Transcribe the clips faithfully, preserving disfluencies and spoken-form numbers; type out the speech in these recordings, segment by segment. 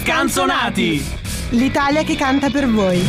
Scanzonati! L'Italia che canta per voi.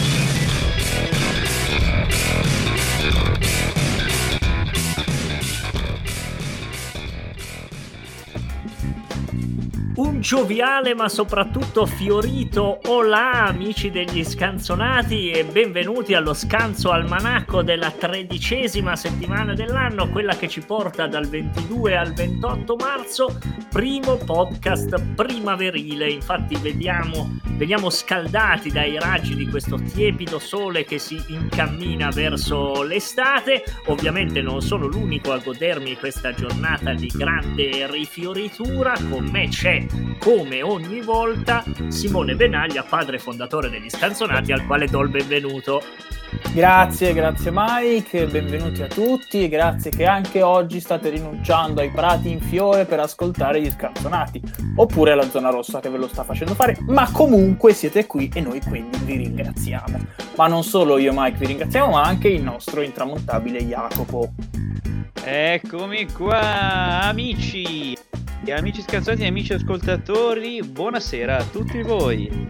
Un gioviale ma soprattutto fiorito olà amici degli Scanzonati e benvenuti allo Scanzo Almanacco della tredicesima settimana dell'anno, quella che ci porta dal ventidue al ventotto marzo, primo podcast primaverile. Infatti vediamo, veniamo scaldati dai raggi di questo tiepido sole che si incammina verso l'estate. Ovviamente non sono l'unico a godermi questa giornata di grande rifioritura, con me c'è come ogni volta Simone Benaglia, padre fondatore degli Scanzonati, al quale do il benvenuto. Grazie, grazie Mike, benvenuti a tutti e grazie che anche oggi state rinunciando ai prati in fiore per ascoltare gli Scanzonati, oppure la zona rossa che ve lo sta facendo fare, ma comunque siete qui e noi quindi vi ringraziamo. Ma non solo io Mike vi ringraziamo, ma anche il nostro intramontabile Jacopo. Eccomi qua amici! E amici Scanzonati e amici ascoltatori, buonasera a tutti voi.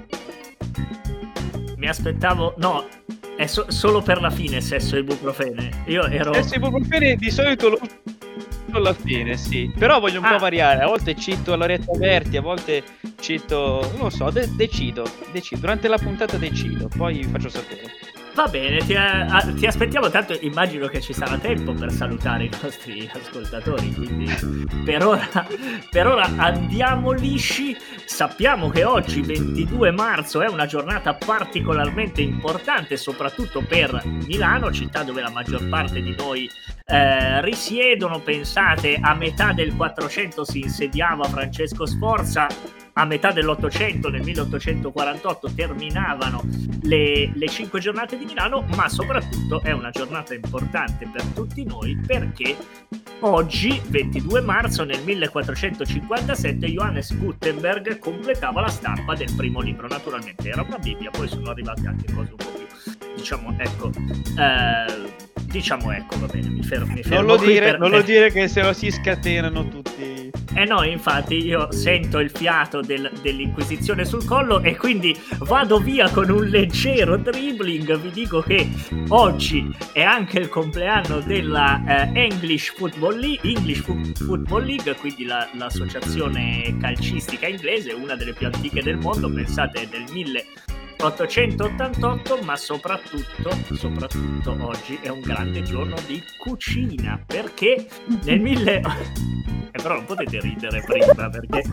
Mi aspettavo, no, è so- solo per la fine sesso e ibuprofene. Io ero Sesso e ibuprofene di solito lo uso alla fine, sì. Però voglio un ah. po' variare. A volte cito Loretta Berti, a volte cito, non lo so, de- decido, decido. Durante la puntata decido, poi vi faccio sapere. Va bene, ti, a, ti aspettiamo, tanto immagino che ci sarà tempo per salutare i nostri ascoltatori, quindi per ora, per ora andiamo lisci. Sappiamo che oggi, ventidue marzo, è una giornata particolarmente importante, soprattutto per Milano, città dove la maggior parte di noi eh, risiedono. Pensate, a metà del Quattrocento si insediava Francesco Sforza, a metà dell'Ottocento, nel milleottocentoquarantotto, terminavano le, le cinque giornate di Milano, ma soprattutto è una giornata importante per tutti noi perché oggi, ventidue marzo, nel millequattrocentocinquantasette, Johannes Gutenberg completava la stampa del primo libro. Naturalmente era una Bibbia, poi sono arrivate anche cose un po' più, diciamo, ecco, eh, diciamo, ecco, va bene, mi fermo, mi fermo non lo qui dire, per... non lo dire che se no si scatenano tutti. Eh no, infatti io sento il fiato del, dell'Inquisizione sul collo e quindi vado via con un leggero dribbling. Vi dico che oggi è anche il compleanno della eh, English Football League, English Football League, quindi la, l'associazione calcistica inglese, una delle più antiche del mondo. Pensate, del milleottocentottantotto, ma soprattutto, soprattutto oggi è un grande giorno di cucina, perché nel mille... Eh, però non potete ridere prima perché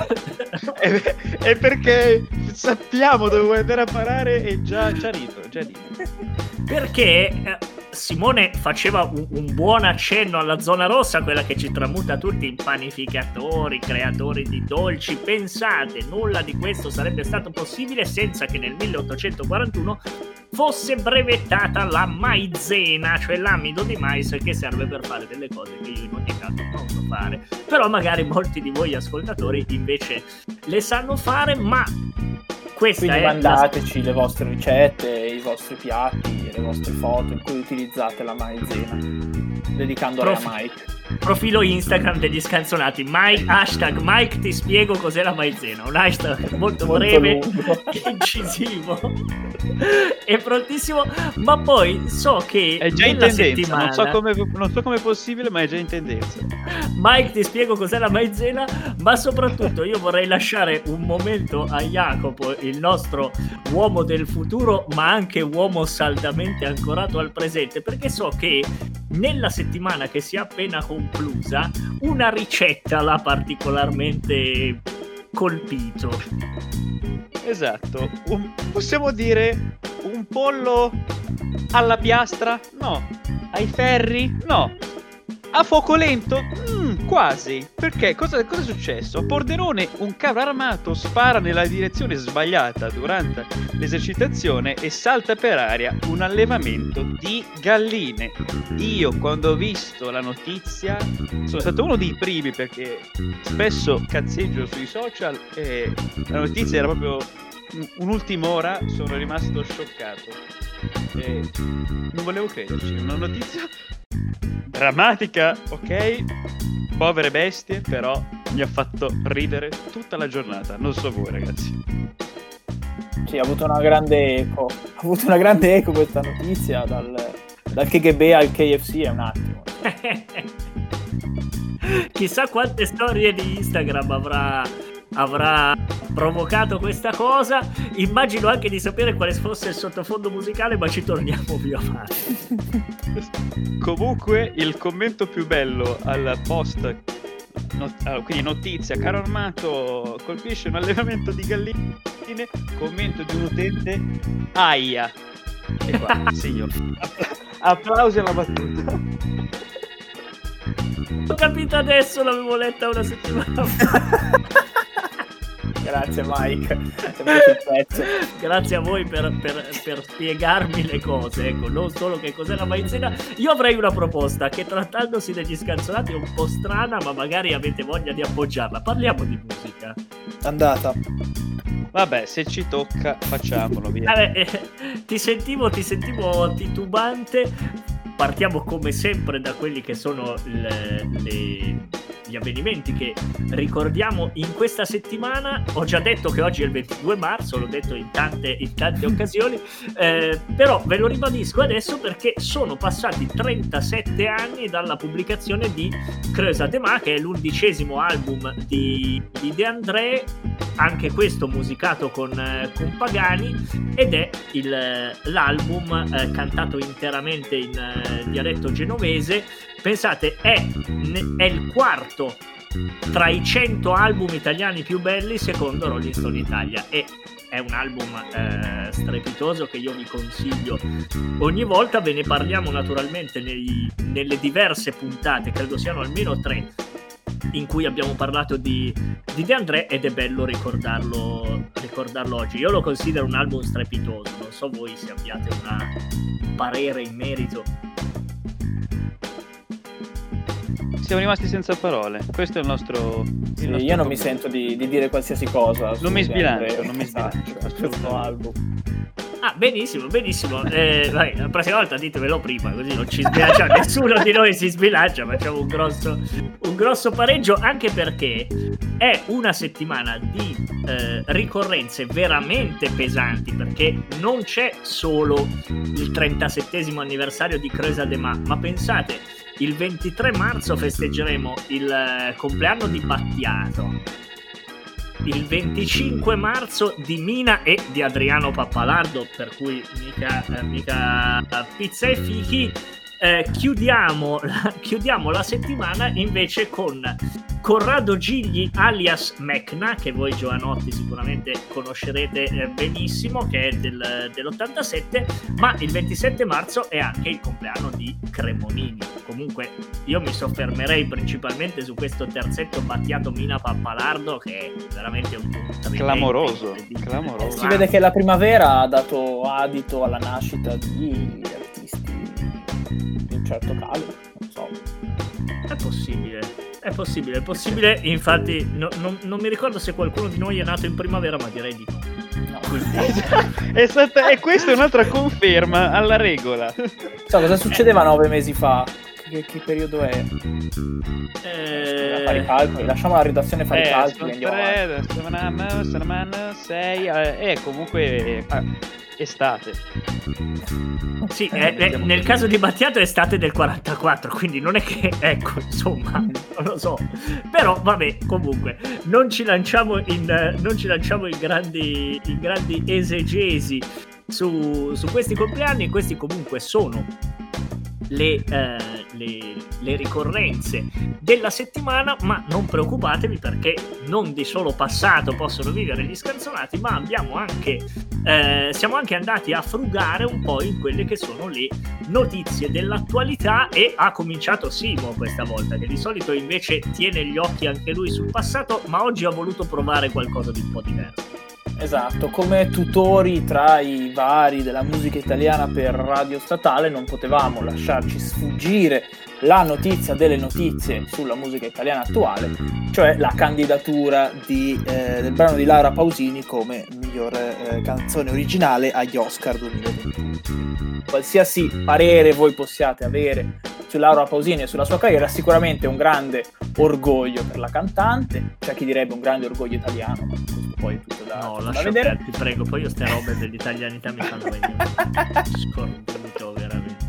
è, è perché sappiamo dove vuoi andare a parare e già già rido, già rido. Perché eh, Simone faceva un, un buon accenno alla zona rossa, quella che ci tramuta tutti in panificatori, creatori di dolci. Pensate, nulla di questo sarebbe stato possibile senza che nel milleottocentoquarantuno fosse brevettata la maizena, cioè l'amido di mais che serve per fare delle cose che io in ogni caso non so fare, però magari molti di voi ascoltatori invece le sanno fare. Ma questa quindi è mandateci la... le vostre ricette, i vostri piatti, le vostre foto in cui utilizzate la maizena, dedicandola Prof... a Mike. Profilo Instagram degli Scanzonati, Mike, hashtag Mike ti spiego cos'è la maizena, un hashtag molto, molto breve, incisivo e prontissimo. Ma poi so che è già in tendenza, settimana... non so come non so come è possibile, ma è già in tendenza. Mike ti spiego cos'è la maizena, ma soprattutto io vorrei lasciare un momento a Jacopo, il nostro uomo del futuro ma anche uomo saldamente ancorato al presente, perché so che nella settimana che si è appena conclusa una ricetta l'ha particolarmente colpito. Esatto, un, possiamo dire un pollo alla piastra? No. Ai ferri? No. A fuoco lento? Mm, quasi. Perché? Cosa, cosa è successo? A Pordenone un carro armato spara nella direzione sbagliata durante l'esercitazione e salta per aria un allevamento di galline. Io, quando ho visto la notizia, sono stato uno dei primi, perché spesso cazzeggio sui social e la notizia era proprio un'ultima ora, sono rimasto scioccato. E non volevo crederci, una notizia drammatica, ok? povere bestie, però mi ha fatto ridere tutta la giornata. Non so voi, ragazzi. Sì, ha avuto una grande eco. Ha avuto una grande eco questa notizia dal, dal K G B al K F C, è un attimo. Chissà quante storie di Instagram avrà, avrà provocato questa cosa. Immagino anche di sapere quale fosse il sottofondo musicale, ma ci torniamo più avanti. Comunque il commento più bello al post, not- quindi notizia, caro Armato colpisce un allevamento di galline, commento di un utente, aia. E qua, signor. Applausi alla battuta. Ho capito adesso, l'avevo letta una settimana fa. Grazie Mike, il pezzo. Grazie a voi per, per, per spiegarmi le cose, ecco, non solo che cos'è la maizena. Io avrei una proposta che, trattandosi degli scanzonati, è un po' strana, ma magari avete voglia di appoggiarla. Parliamo di musica. Andata. Vabbè, se ci tocca facciamolo, via. Vabbè, eh, ti sentivo, ti sentivo titubante. Partiamo come sempre da quelli che sono le, le, gli avvenimenti che ricordiamo in questa settimana. Ho già detto che oggi è il ventidue marzo, l'ho detto in tante, in tante occasioni, eh, però ve lo ribadisco adesso perché sono passati trentasette anni dalla pubblicazione di Creux à Demain, che è l'undicesimo album di, di De André, anche questo musicato con, eh, con Pagani, ed è il, l'album eh, cantato interamente in eh, dialetto genovese. Pensate, è, è il quarto tra i cento album italiani più belli secondo Rolling Stone Italia, e è un album eh, strepitoso che io vi consiglio ogni volta. Ve ne parliamo naturalmente nei, nelle diverse puntate, credo siano almeno tre, in cui abbiamo parlato di, di De André, ed è bello ricordarlo, ricordarlo oggi. Io lo considero un album strepitoso, non so voi se abbiate un parere in merito. Siamo rimasti senza parole. Questo è il nostro, il sì, nostro io non mi sento di, di dire qualsiasi cosa. Non mi sbilancio, Andre, non mi sbilancio. Questo album. Ah, benissimo, benissimo. Eh, vai, la prossima volta ditemelo prima, così non ci sbilancia. Nessuno di noi si sbilancia. Facciamo un grosso, un grosso pareggio, anche perché è una settimana di eh, ricorrenze veramente pesanti, perché non c'è solo il trentasettesimo anniversario di Creux à Demain, ma pensate, il ventitré marzo festeggeremo il eh, compleanno di Battiato, il venticinque marzo di Mina e di Adriano Pappalardo, per cui mica, eh, mica pizza e fichi. Eh, chiudiamo, la, chiudiamo la settimana invece con Corrado Gigli alias Mecna, che voi giovanotti sicuramente conoscerete eh, benissimo, che è del, dell'ottantasette, ma il ventisette marzo è anche il compleanno di Cremonini. Comunque io mi soffermerei principalmente su questo terzetto Battiato Mina Pappalardo, che è veramente un, un clamoroso, clamoroso. Si vede che la primavera ha dato adito alla nascita di artisti di un certo calibro, non so. È possibile, è possibile, è possibile. Infatti no, non, non mi ricordo se qualcuno di noi è nato in primavera, ma direi di no. No. È stata, e questa è un'altra conferma alla regola. So, cosa succedeva nove mesi fa? Che, che periodo è? Eh... Fare i calcoli, lasciamo la redazione fare eh, i calcoli. Tre, sei, eh, comunque eh, estate. Sì, è, è, nel caso di Battiato è estate del quarantaquattro, quindi non è che, ecco, insomma, non lo so. Però vabbè, comunque, non ci lanciamo in, non ci lanciamo in grandi, in grandi esegesi su, su questi compleanni. Questi comunque sono le, eh, le, le ricorrenze della settimana, ma non preoccupatevi, perché non di solo passato possono vivere gli scanzonati, ma abbiamo anche eh, siamo anche andati a frugare un po' in quelle che sono le notizie dell'attualità, e ha cominciato Simo questa volta, che di solito invece tiene gli occhi anche lui sul passato, ma oggi ha voluto provare qualcosa di un po' diverso. Esatto, come tutori tra i vari della musica italiana per Radio Statale non potevamo lasciarci sfuggire la notizia delle notizie sulla musica italiana attuale, cioè la candidatura di, eh, del brano di Laura Pausini come miglior eh, canzone originale agli Oscar duemilaventuno. Qualsiasi parere voi possiate avere su Laura Pausini e sulla sua carriera. Sicuramente un grande orgoglio per la cantante, c'è chi direbbe un grande orgoglio italiano, ma questo poi è tutto da, No, tutto da lascia vedere. perdere, ti prego, poi io ste robe dell'italianità mi fanno venire scorbuto, veramente.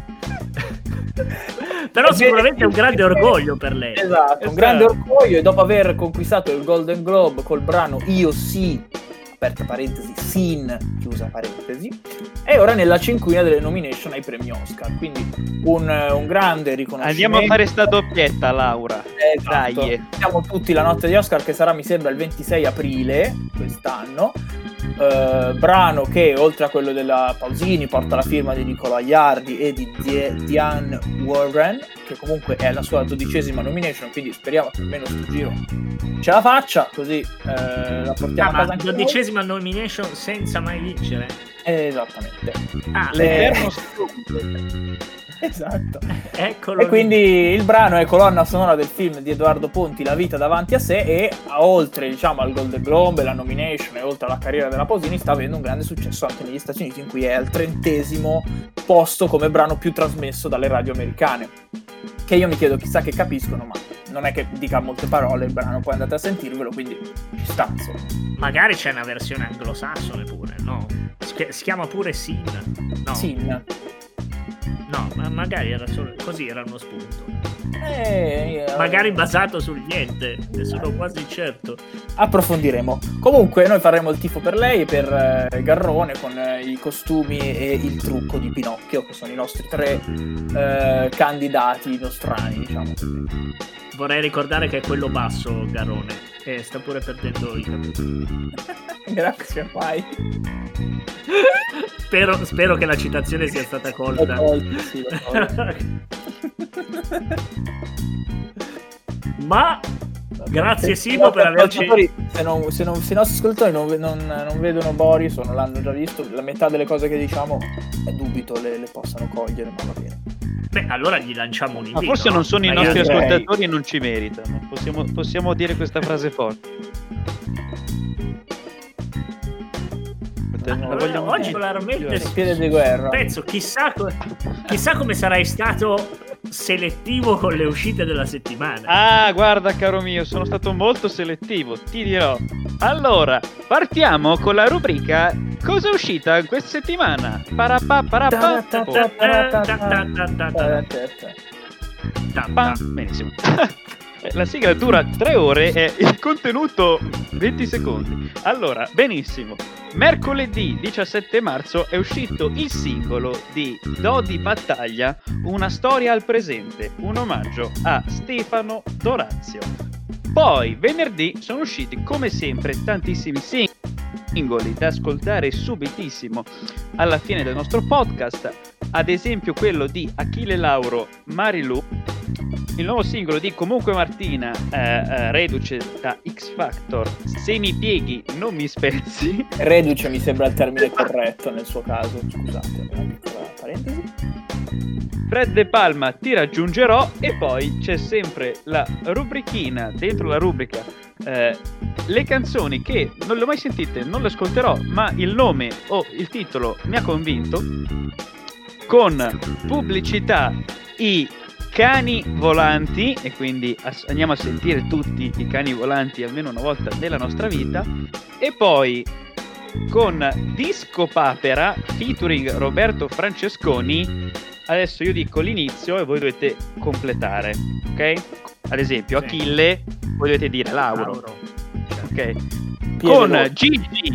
Però sicuramente è un grande orgoglio per lei. Esatto, Esatto. un grande orgoglio, e dopo aver conquistato il Golden Globe col brano Io Sì, aperta parentesi, Sin, chiusa parentesi, è ora nella cinquina delle nomination ai premi Oscar, quindi un, un grande riconoscimento. Andiamo a fare sta doppietta, Laura. Esatto. Dai. Siamo tutti la notte di Oscar, che sarà mi sembra il ventisei aprile quest'anno. Uh, brano che oltre a quello della Pausini porta la firma di Nicola Iardi e di Die- Diane Warren, che comunque è la sua dodicesima nomination, quindi speriamo che almeno sto giro ce la faccia, così uh, la portiamo Ah, a casa ma anche noi. dodicesima nomination senza mai vincere. Eh, esattamente. Ah, L'eterno Eh. stupido. Esatto. eccolo E lì. quindi il brano è colonna sonora del film di Edoardo Ponti, La vita davanti a sé, e a, oltre diciamo al Golden Globe, la nomination e oltre alla carriera della Pausini, sta avendo un grande successo anche negli Stati Uniti, in cui è al trentesimo posto come brano più trasmesso dalle radio americane, che io mi chiedo chissà che capiscono, ma non è che dica molte parole il brano, poi andate a sentirvelo, quindi ci sta, insomma. Magari c'è una versione anglosassone pure, no? Si chi- si chiama pure Sin. No, Sin. no, ma magari era solo così, era uno spunto. Eh, eh, Magari basato sul niente, ne sono quasi certo. approfondiremo. Comunque noi faremo il tifo per lei e per eh, Garrone, con eh, i costumi e il trucco di Pinocchio, che sono i nostri tre eh, candidati nostrani, diciamo. Vorrei ricordare che è quello basso, Garone, e sta pure perdendo i capelli. Grazie, vai. Spero, spero che la citazione sia stata colta. L'ho tolto, sì, l'ho tolto. Ma grazie Se- Simo per se- averci... ascoltatori, Se, non, se, non, se i nostri ascoltatori non, non, non vedono Boris o non l'hanno già visto, la metà delle cose che diciamo è dubito le, le possano cogliere, ma va bene. Beh, allora gli lanciamo un Ma invito. forse non sono i Magari- nostri direi. ascoltatori e non ci meritano. Possiamo, possiamo dire questa frase forte. Non la Allora, vogliamo oggi dire. particolarmente Il piede di guerra. Pezzo, chissà, co- chissà come sarai stato selettivo con le uscite della settimana. Ah, guarda caro mio, sono stato molto selettivo, ti dirò. Allora, partiamo con la rubrica Cosa è uscita questa settimana? Parapà, parapà, Ta- ta- oh, ta- ta- ta- ta- ta- ta- ta- ta- pam. Benissimo. La sigla dura tre ore e il contenuto venti secondi. Allora, benissimo. Mercoledì diciassette marzo è uscito il singolo di Dodi Battaglia, Una storia al presente, un omaggio a Stefano Dorazio. Poi venerdì sono usciti come sempre tantissimi singoli da ascoltare subitissimo alla fine del nostro podcast, ad esempio quello di Achille Lauro, Marilu, il nuovo singolo di Comunque Martina, eh, eh, reduce da X Factor, Se mi pieghi non mi spezzi. Reduce mi sembra il termine corretto nel suo caso, scusate, una piccola parentesi. Fred De Palma, Ti raggiungerò. E poi c'è sempre la rubrichina dentro la rubrica, eh, le canzoni che non le ho mai sentite, non le ascolterò, ma il nome o il titolo mi ha convinto, con pubblicità, i cani volanti, e quindi as- andiamo a sentire tutti i cani volanti almeno una volta nella nostra vita. E poi con Disco Papera featuring Roberto Francesconi. Adesso io dico l'inizio e voi dovete completare, ok? Ad esempio Sì. Achille, voi dovete dire Lauro, Lauro. ok? Piede Con rotte. Gigi,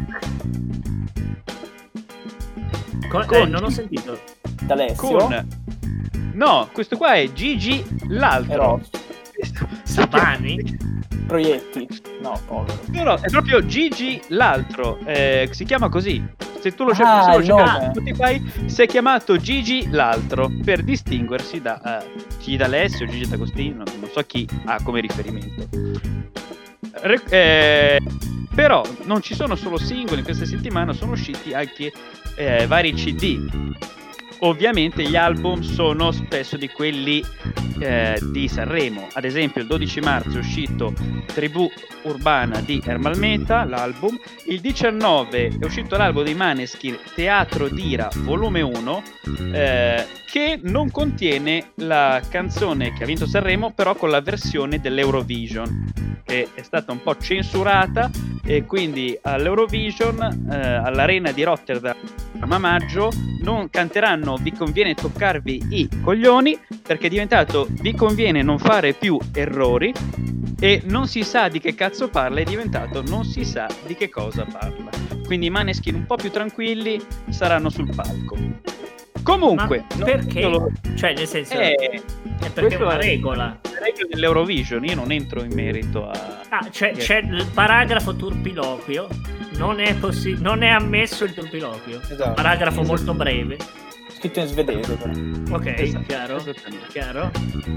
Co- eh, con non ho Gigi. sentito. D'Alessio con no, questo qua è Gigi e l'altro. Ross. Sapani? Proietti. No, povero. No, no, è proprio Gigi l'altro, eh, si chiama così. Se tu lo Ah, cerchi, se lo il cerchi nome. su Spotify, si è chiamato Gigi l'altro per distinguersi da uh, Gigi D'Alessio, Gigi D'Agostino, non so chi ha come riferimento. Re- eh, però non ci sono solo singoli, in questa settimana sono usciti anche eh, vari C D. ovviamente gli album sono spesso di quelli eh, di Sanremo. Ad esempio il dodici marzo è uscito Tribù Urbana di Ermal Meta, l'album. Il diciannove è uscito l'album dei Maneskin, Teatro d'Ira volume uno, eh, che non contiene la canzone che ha vinto Sanremo, però con la versione dell'Eurovision, che è stata un po' censurata, e quindi all'Eurovision, eh, all'Arena di Rotterdam a maggio, non canteranno Vi conviene toccarvi i coglioni, perché è diventato Vi conviene non fare più errori, e Non si sa di che cazzo parla è diventato Non si sa di che cosa parla. Quindi i Maneskin un po' più tranquilli saranno sul palco. Comunque, ma perché? Lo... Cioè, nel senso, è, è perché è una regola. È la regola dell'Eurovision, io non entro in merito a... Ah, c'è, c'è il paragrafo turpiloquio, non è, possi- non è ammesso il turpiloquio. Esatto. Paragrafo molto breve. Scritto in svedese, però. Ok, Esatto, chiaro, chiaro.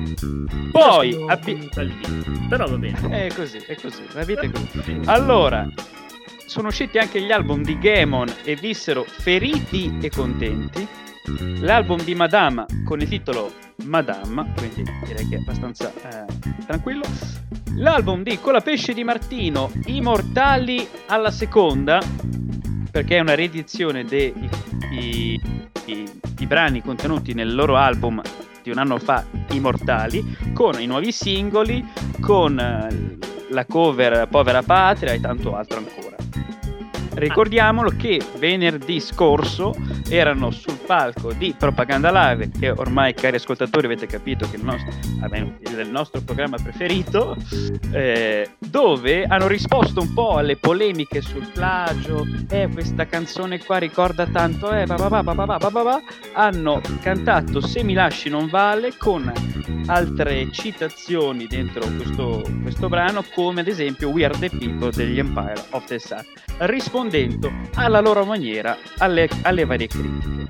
Poi, Io abbi- sono lì, però va bene. È così, è così, la vita è così. Allora, sono usciti anche gli album di Gaemon e Vissero, Feriti e Contenti. L'album di Madama con il titolo Madama, quindi direi che è abbastanza eh, tranquillo. L'album di Colapesce di Martino, Immortali alla seconda, perché è una riedizione dei i, i, i brani contenuti nel loro album di un anno fa, Immortali, con i nuovi singoli, con eh, la cover Povera Patria e tanto altro ancora. Ricordiamolo che venerdì scorso erano sul palco di Propaganda Live, che ormai, cari ascoltatori, avete capito che il nostro, il nostro programma preferito, eh, dove hanno risposto un po' alle polemiche sul plagio. Eh, questa canzone qua ricorda tanto, eh, bababà, bababà, bababà. Hanno cantato Se mi lasci non vale, con altre citazioni dentro questo, questo brano, come ad esempio We Are the People degli Empire of the Sun, rispondendo alla loro maniera alle, alle varie critiche.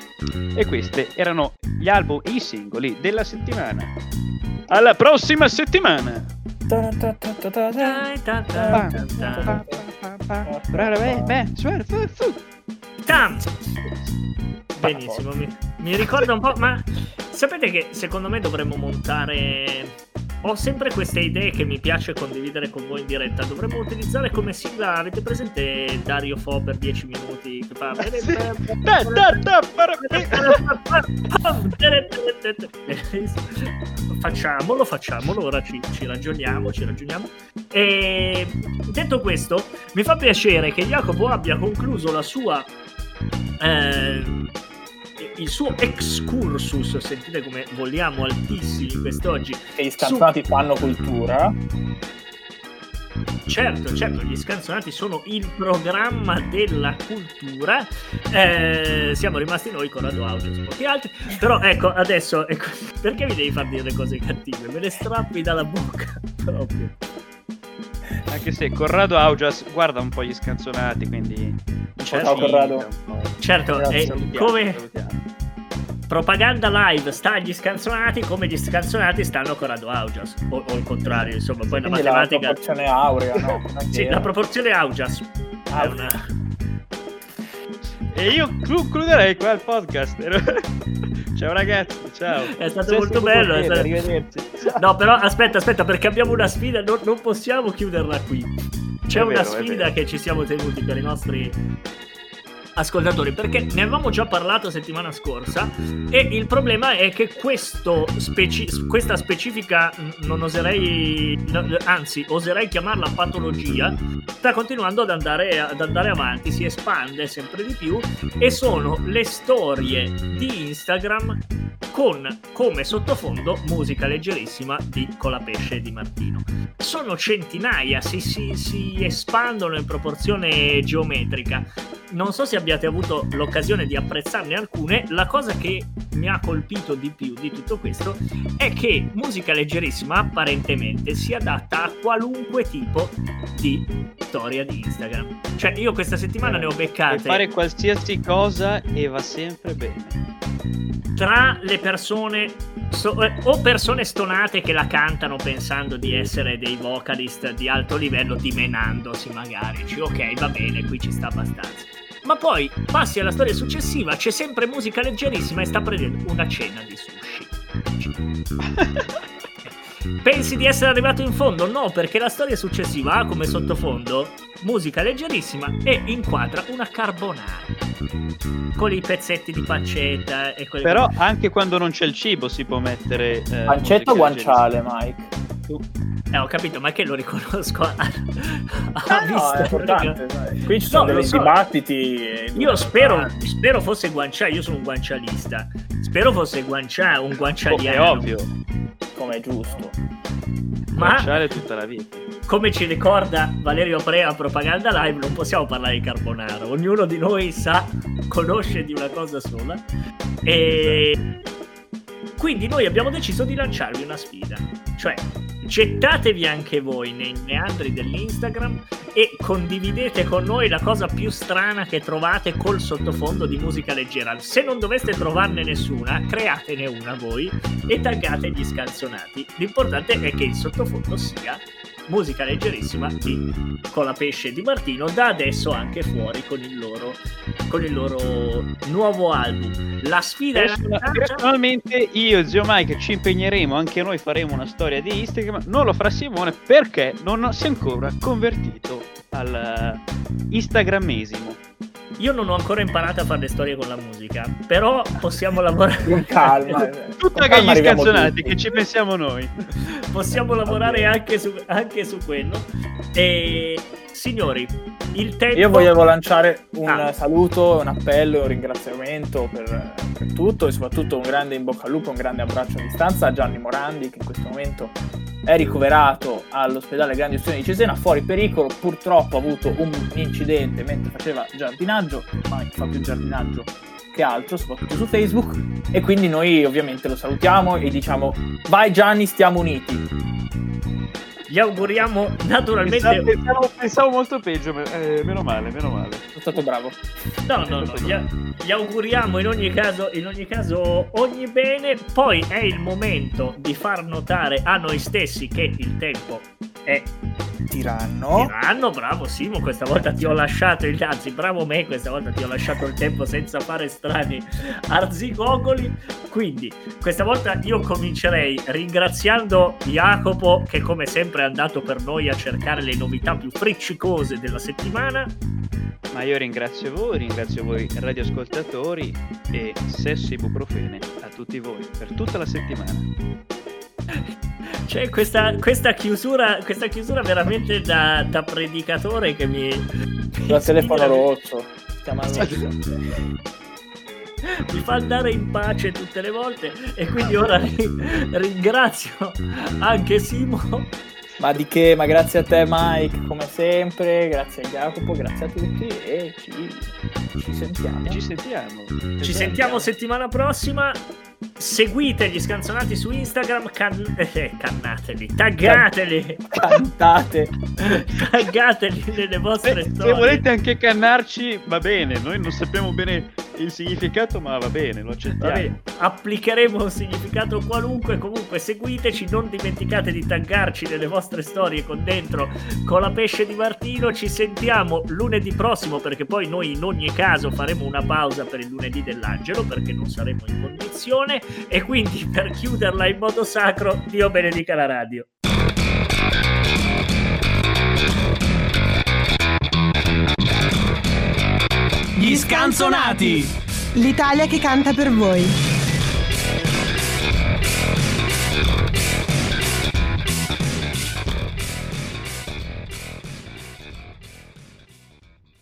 E questi erano gli album e i singoli della settimana. Alla prossima settimana! Benissimo, mi, mi ricorda un po', ma sapete che secondo me dovremmo montare... Ho sempre queste idee che mi piace condividere con voi in diretta. Dovremmo utilizzare come sigla, avete presente Dario Fo per dieci minuti che fa... Facciamolo, facciamolo, ora ci, ci ragioniamo, ci ragioniamo. E detto questo, mi fa piacere che Jacopo abbia concluso la sua... Eh, il suo excursus, sentite come vogliamo altissimi quest'oggi, che gli scanzonati su... fanno cultura. Certo, certo, gli scanzonati sono il programma della cultura. Eh, siamo rimasti noi con Radio Audio, pochi altri. Però ecco, adesso ecco, perché mi devi far dire cose cattive? Me le strappi dalla bocca proprio. Anche se Corrado Augias guarda un po' gli scanzonati, quindi certo, ciao Corrado. Certo, è salutiamo, come salutiamo. Propaganda Live sta agli scanzonati come gli scanzonati stanno a Corrado Augias, o, o il contrario, insomma, poi quindi la matematica... la proporzione aurea, no? Sì, la proporzione Augias ah, è una... E io concluderei qua il podcast. Ciao ragazzi, ciao. È stato C'è molto bello. È stato... Arrivederci. No, però aspetta, aspetta, perché abbiamo una sfida, non, non possiamo chiuderla qui. C'è È una vero, sfida che ci siamo tenuti per i nostri ascoltatori, perché ne avevamo già parlato settimana scorsa, e il problema è che questo speci- questa specifica, non oserei, anzi oserei chiamarla patologia, sta continuando ad andare, ad andare avanti, si espande sempre di più, e sono le storie di Instagram con come sottofondo musica leggerissima di Colapesce di Martino. Sono centinaia, si, si, si espandono in proporzione geometrica. Non so se abbiate avuto l'occasione di apprezzarne alcune. La cosa che mi ha colpito di più di tutto questo è che musica leggerissima apparentemente si adatta a qualunque tipo di storia di Instagram. Cioè io questa settimana eh, ne ho beccate puoi fare qualsiasi cosa e va sempre bene. Tra le persone so, eh, o persone stonate che la cantano pensando di essere dei vocalist di alto livello, dimenandosi magari, dici ok va bene, qui ci sta abbastanza. Ma poi passi alla storia successiva, c'è sempre musica leggerissima e sta prendendo una cena di sushi. Pensi di essere arrivato in fondo? No, perché la storia successiva ha come sottofondo musica leggerissima e inquadra una carbonara con i pezzetti di pancetta e quelle Però cose. anche quando non c'è il cibo si può mettere eh, Pancetta o musica guanciale, Mike? Tu- Eh, ho capito, ma che lo riconosco a, a Ah, no, vista. è importante, sai. Qui ci sono No, lo dei so. dibattiti. e- Io spero, spero fosse guanciale, io sono un guancialista. Spero fosse guanciale, un Come guancialiano. è ovvio, Come è giusto. Ma guanciale tutta la vita. come ci ricorda Valerio Prea a Propaganda Live, non possiamo parlare di carbonara. Ognuno di noi sa, conosce di una cosa sola. E quindi noi abbiamo deciso di lanciarvi una sfida. Cioè, gettatevi anche voi nei meandri dell'Instagram e condividete con noi la cosa più strana che trovate col sottofondo di musica leggera. Se non doveste trovarne nessuna, createne una voi e taggate gli scanzonati. L'importante è che il sottofondo sia musica leggerissima di Colapesce di Martino, da adesso anche fuori con il loro, con il loro nuovo album. La sfida è Persona- la personalmente io e zio Mike ci impegneremo, anche noi faremo una storia di Instagram, non lo farà Simone perché non si è ancora convertito al eh, instagrammesimo. Io non ho ancora imparato a fare le storie con la musica, però possiamo lavorare In calma. Tutta Con che calma gli arriviamo scanzonati tutti. che ci pensiamo noi. possiamo lavorare anche su, anche su quello. E signori, il tempo. Io volevo lanciare un Ah. saluto, un appello e un ringraziamento per, per tutto e soprattutto un grande in bocca al lupo, un grande abbraccio a distanza a Gianni Morandi, che in questo momento è ricoverato all'ospedale Grandi Ostioni di Cesena, fuori pericolo. Purtroppo ha avuto un incidente mentre faceva giardinaggio, ormai fa più giardinaggio che altro, soprattutto su Facebook, e quindi noi ovviamente lo salutiamo e diciamo vai Gianni, stiamo uniti. Gli auguriamo naturalmente. Pensavo, pensavo- pensavo molto peggio, ma- eh, meno male, meno male. Sono stato bravo. No, no, no, gli, gli auguriamo in ogni caso, in ogni caso ogni bene. Poi è il momento di far notare a noi stessi che il tempo è Tiranno. tiranno. Bravo Simo, questa volta ti ho lasciato il anzi, bravo me, questa volta ti ho lasciato il tempo senza fare strani arzigogoli. Quindi questa volta io comincerei ringraziando Jacopo, che come sempre è andato per noi a cercare le novità più friccicose della settimana. Ma io ringrazio voi, ringrazio voi radioascoltatori e sesso ibuprofene a tutti voi per tutta la settimana. C'è questa, questa chiusura questa chiusura veramente da, da predicatore che mi Dal telefono ispira, rosso. Stiamo al- mi fa andare in pace tutte le volte, e quindi ora ri- ringrazio anche Simo. Ma di che? Ma grazie a te Mike, come sempre, grazie a Jacopo, grazie a tutti e ci, ci sentiamo. E ci sentiamo. Ci sentiamo settimana prossima. Seguite gli scanzonati su Instagram, can- eh, cannateli, taggateli, Cantate. taggateli nelle vostre Se, storie. se volete anche cannarci va bene, noi non sappiamo bene il significato, ma va bene, lo accettiamo. Va bene, applicheremo un significato qualunque. Comunque seguiteci, non dimenticate di taggarci nelle vostre storie con dentro Colapesce di Martino. Ci sentiamo lunedì prossimo, perché poi noi in ogni caso faremo una pausa per il lunedì dell'angelo, perché non saremo in condizione. E quindi, per chiuderla in modo sacro, Dio benedica la radio. Gli scanzonati! L'Italia che canta per voi.